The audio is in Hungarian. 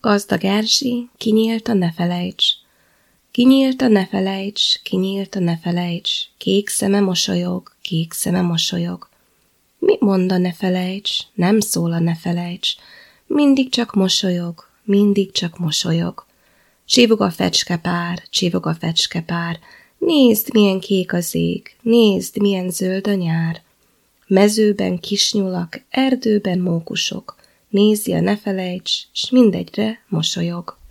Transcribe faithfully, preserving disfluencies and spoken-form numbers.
Gazdag Erzsi, kinyílt a ne felejts. Kinyílt a ne felejts, kinyílt a ne felejts, kék szeme mosolyog, kék szeme mosolyog. Mi mond a ne felejts, nem szól a ne felejts, mindig csak mosolyog, mindig csak mosolyog. Csivog a fecskepár, csivog a fecskepár, nézd, milyen kék az ég, nézd, milyen zöld a nyár. Mezőben kisnyulak, erdőben mókusok, nézi a ne felejts, s mindegyre mosolyog.